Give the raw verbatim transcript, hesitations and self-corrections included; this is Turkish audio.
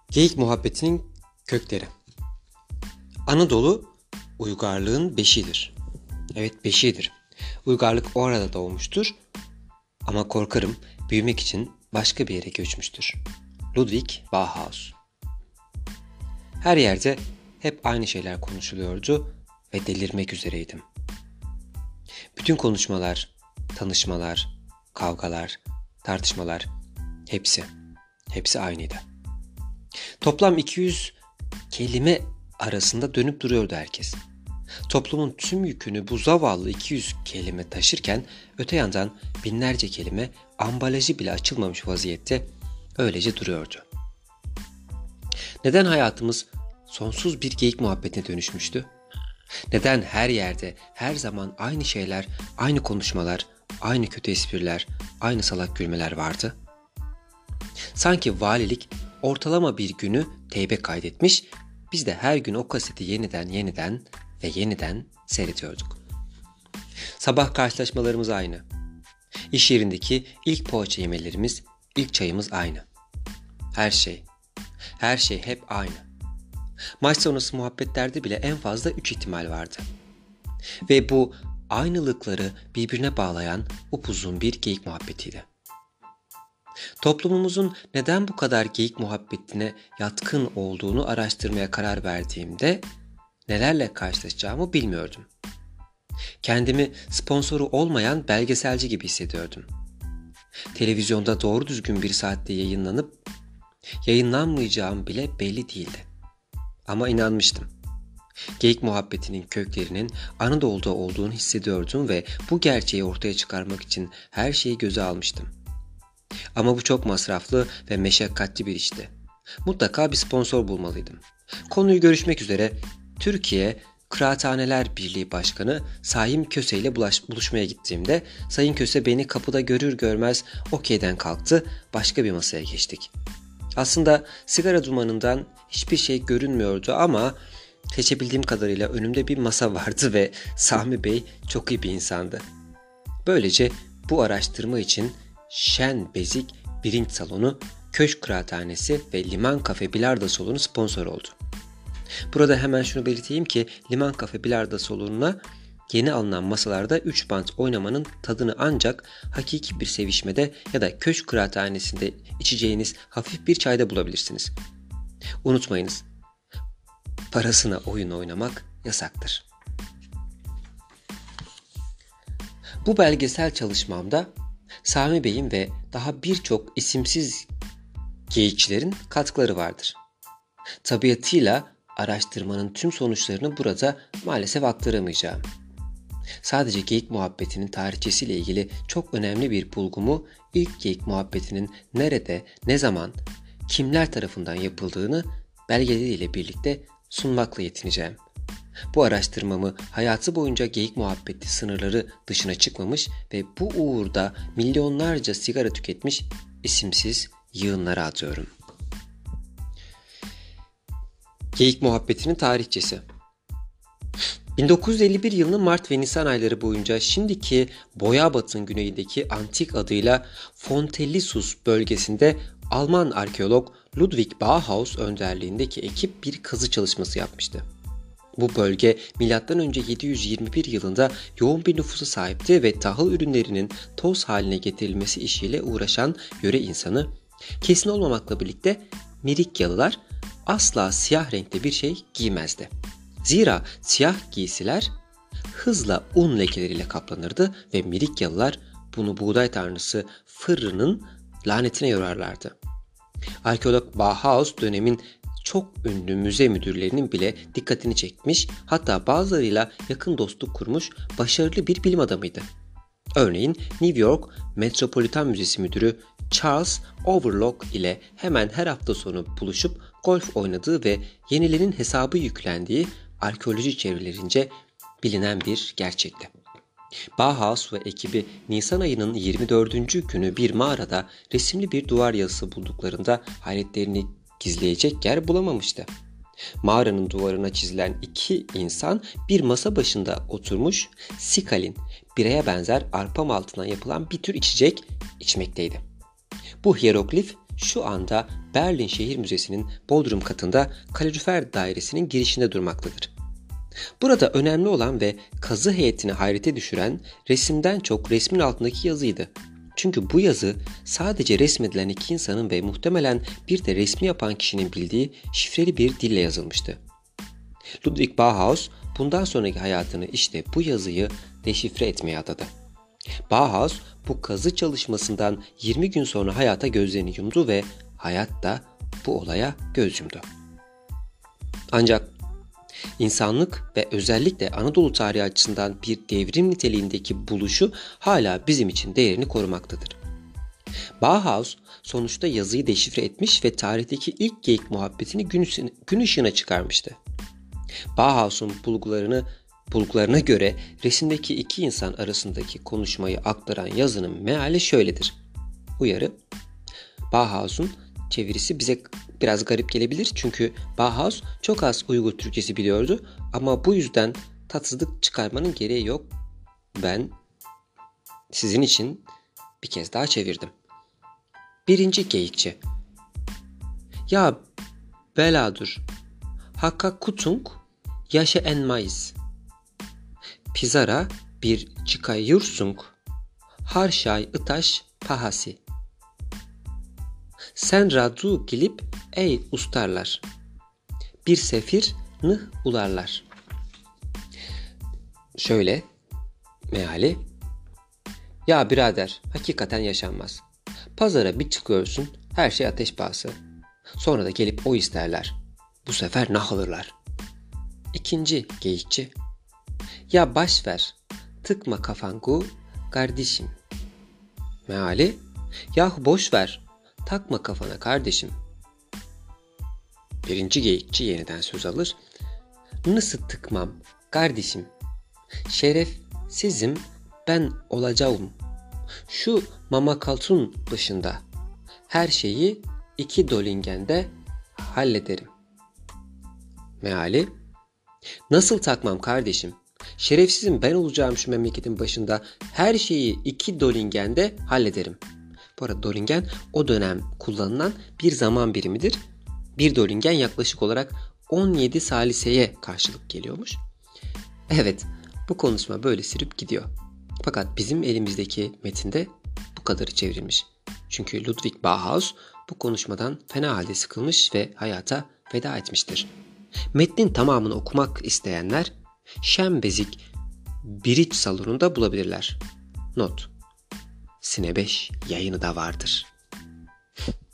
Geyik muhabbetinin kökleri. Anadolu uygarlığın beşiğidir. Evet, beşiğidir. Uygarlık o arada doğmuştur ama korkarım büyümek için başka bir yere göçmüştür. Ludwig Bauhaus. Her yerde hep aynı şeyler konuşuluyordu ve delirmek üzereydim. Bütün konuşmalar, tanışmalar, kavgalar, tartışmalar hepsi, hepsi aynıydı. Toplam iki yüz kelime arasında dönüp duruyordu herkes. Toplumun tüm yükünü bu zavallı iki yüz kelime taşırken öte yandan binlerce kelime ambalajı bile açılmamış vaziyette öylece duruyordu. Neden hayatımız sonsuz bir geyik muhabbetine dönüşmüştü? Neden her yerde, her zaman aynı şeyler, aynı konuşmalar, aynı kötü espriler, aynı salak gülmeler vardı? Sanki valilik ortalama bir günü teybe kaydetmiş, biz de her gün o kaseti yeniden yeniden ve yeniden seyrediyorduk. Sabah karşılaşmalarımız aynı. İş yerindeki ilk poğaça yemelerimiz, ilk çayımız aynı. Her şey, her şey hep aynı. Maç sonrası muhabbetlerde bile en fazla üç ihtimal vardı. Ve bu aynılıkları birbirine bağlayan upuzun bir geyik muhabbetiydi. Toplumumuzun neden bu kadar geyik muhabbetine yatkın olduğunu araştırmaya karar verdiğimde nelerle karşılaşacağımı bilmiyordum. Kendimi sponsoru olmayan belgeselci gibi hissediyordum. Televizyonda doğru düzgün bir saatte yayınlanıp yayınlanmayacağım bile belli değildi. Ama inanmıştım. Geyik muhabbetinin köklerinin Anadolu'da olduğunu hissediyordum ve bu gerçeği ortaya çıkarmak için her şeyi göze almıştım. Ama bu çok masraflı ve meşakkatli bir işti. Mutlaka bir sponsor bulmalıydım. Konuyu görüşmek üzere Türkiye Kıraathaneler Birliği Başkanı Sayın Köse ile bulaş, buluşmaya gittiğimde Sayın Köse beni kapıda görür görmez okeyden kalktı, başka bir masaya geçtik. Aslında sigara dumanından hiçbir şey görünmüyordu ama seçebildiğim kadarıyla önümde bir masa vardı ve Sami Bey çok iyi bir insandı. Böylece bu araştırma için Şen Bezik Birinci Salonu, Köşk Kıraathanesi ve Liman Kafe Bilardo Salonu'na sponsor oldu. Burada hemen şunu belirteyim ki Liman Kafe Bilardo Salonu'na yeni alınan masalarda üç bant oynamanın tadını ancak hakiki bir sevişmede ya da Köşk Kıraathanesi'nde içeceğiniz hafif bir çayda bulabilirsiniz. Unutmayınız, parasına oyun oynamak yasaktır. Bu belgesel çalışmamda Sami Bey'in ve daha birçok isimsiz geyikçilerin katkıları vardır. Tabiatıyla araştırmanın tüm sonuçlarını burada maalesef aktaramayacağım. Sadece geyik muhabbetinin tarihçesiyle ilgili çok önemli bir bulgumu, ilk geyik muhabbetinin nerede, ne zaman, kimler tarafından yapıldığını belgeleriyle birlikte sunmakla yetineceğim. Bu araştırmamı hayatı boyunca geyik muhabbeti sınırları dışına çıkmamış ve bu uğurda milyonlarca sigara tüketmiş isimsiz yığınlara atıyorum. Geyik muhabbetinin tarihçesi. bin dokuz yüz elli bir yılının Mart ve Nisan ayları boyunca şimdiki Boyabat'ın güneyindeki antik adıyla Fontellisus bölgesinde Alman arkeolog Ludwig Bauhaus önderliğindeki ekip bir kazı çalışması yapmıştı. Bu bölge milattan önce yedi yüz yirmi bir yılında yoğun bir nüfusa sahipti ve tahıl ürünlerinin toz haline getirilmesi işiyle uğraşan yöre insanı, kesin olmamakla birlikte Mirikyalılar asla siyah renkte bir şey giymezdi. Zira siyah giysiler hızla un lekeleriyle kaplanırdı ve Mirikyalılar bunu buğday tanrısı Fırrı'nın lanetine yorarlardı. Arkeolog Bauhaus dönemin çok ünlü müze müdürlerinin bile dikkatini çekmiş, hatta bazılarıyla yakın dostluk kurmuş başarılı bir bilim adamıydı. Örneğin New York Metropolitan Müzesi Müdürü Charles Overlock ile hemen her hafta sonu buluşup golf oynadığı ve yenilerin hesabı yüklendiği arkeoloji çevrelerince bilinen bir gerçekti. Bauhaus ve ekibi Nisan ayının yirmi dördüncü günü bir mağarada resimli bir duvar yazısı bulduklarında hayretlerini gizleyecek yer bulamamıştı. Mağaranın duvarına çizilen iki insan bir masa başında oturmuş sikalin, bireye benzer arpa maltından yapılan bir tür içecek içmekteydi. Bu hieroglif şu anda Berlin Şehir Müzesi'nin Bodrum katında kalorifer dairesinin girişinde durmaktadır. Burada önemli olan ve kazı heyetini hayrete düşüren resimden çok resmin altındaki yazıydı. Çünkü bu yazı sadece resmedilen iki insanın ve muhtemelen bir de resmi yapan kişinin bildiği şifreli bir dille yazılmıştı. Ludwig Bauhaus bundan sonraki hayatını işte bu yazıyı deşifre etmeye adadı. Bauhaus bu kazı çalışmasından yirmi gün sonra hayata gözlerini yumdu ve hayat da bu olaya göz yumdu. Ancak İnsanlık ve özellikle Anadolu tarihi açısından bir devrim niteliğindeki buluşu hala bizim için değerini korumaktadır. Bauhaus sonuçta yazıyı deşifre etmiş ve tarihteki ilk geyik muhabbetini gün, gün ışığına çıkarmıştı. Bauhaus'un bulgularını, bulgularına göre resimdeki iki insan arasındaki konuşmayı aktaran yazının meali şöyledir. Uyarı: Bauhaus'un çevirisi bize biraz garip gelebilir çünkü Bauhaus çok az Uygur Türkçesi biliyordu ama bu yüzden tatsızlık çıkarmanın gereği yok. Ben sizin için bir kez daha çevirdim. Birinci geyikçi. Ya beladur, hakka kutung yaşa enmayız. Pizara bir çıkayırsung, har şay ıtaş pahasi. Sen radu gelip ey ustarlar, bir sefir nıh ularlar. Şöyle meali: ya birader, hakikaten yaşanmaz. Pazara bir çıkıyorsun, her şey ateş pahası. Sonra da gelip o isterler. Bu sefer nah alırlar. İkinci geyikçi. Ya baş ver, tıkma kafangu kardeşim. Meali: yahu boş ver, takma kafana kardeşim. Birinci geyikçi yeniden söz alır. Nasıl tıkmam kardeşim? Şerefsizim ben olacağım. Şu Mama Kaltun başında her şeyi iki dolingende hallederim. Meali: nasıl takmam kardeşim? Şerefsizim ben olacağım şu memleketin başında her şeyi iki dolingende hallederim. Bu arada dolingen o dönem kullanılan bir zaman birimidir. Bir dolingen yaklaşık olarak on yedi saliseye karşılık geliyormuş. Evet, bu konuşma böyle sürüp gidiyor. Fakat bizim elimizdeki metinde bu kadarı çevrilmiş. Çünkü Ludwig Bauhaus bu konuşmadan fena halde sıkılmış ve hayata veda etmiştir. Metnin tamamını okumak isteyenler Şembezik Biriç salonunda bulabilirler. Not: Sine beş yayını da vardır.